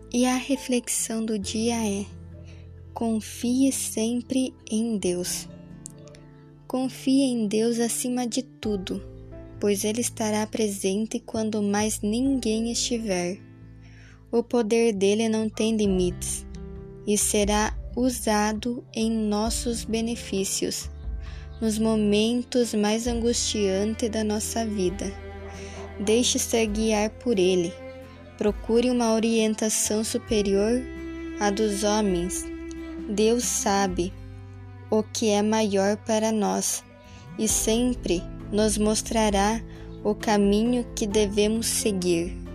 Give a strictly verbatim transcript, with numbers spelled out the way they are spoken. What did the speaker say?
E a reflexão do dia é: confie sempre em Deus. Confie em Deus acima de tudo, pois Ele estará presente quando mais ninguém estiver. O poder dele não tem limites e será usado em nossos benefícios, nos momentos mais angustiantes da nossa vida. Deixe-se guiar por Ele. Procure uma orientação superior à dos homens. Deus sabe o que é maior para nós e sempre nos mostrará o caminho que devemos seguir.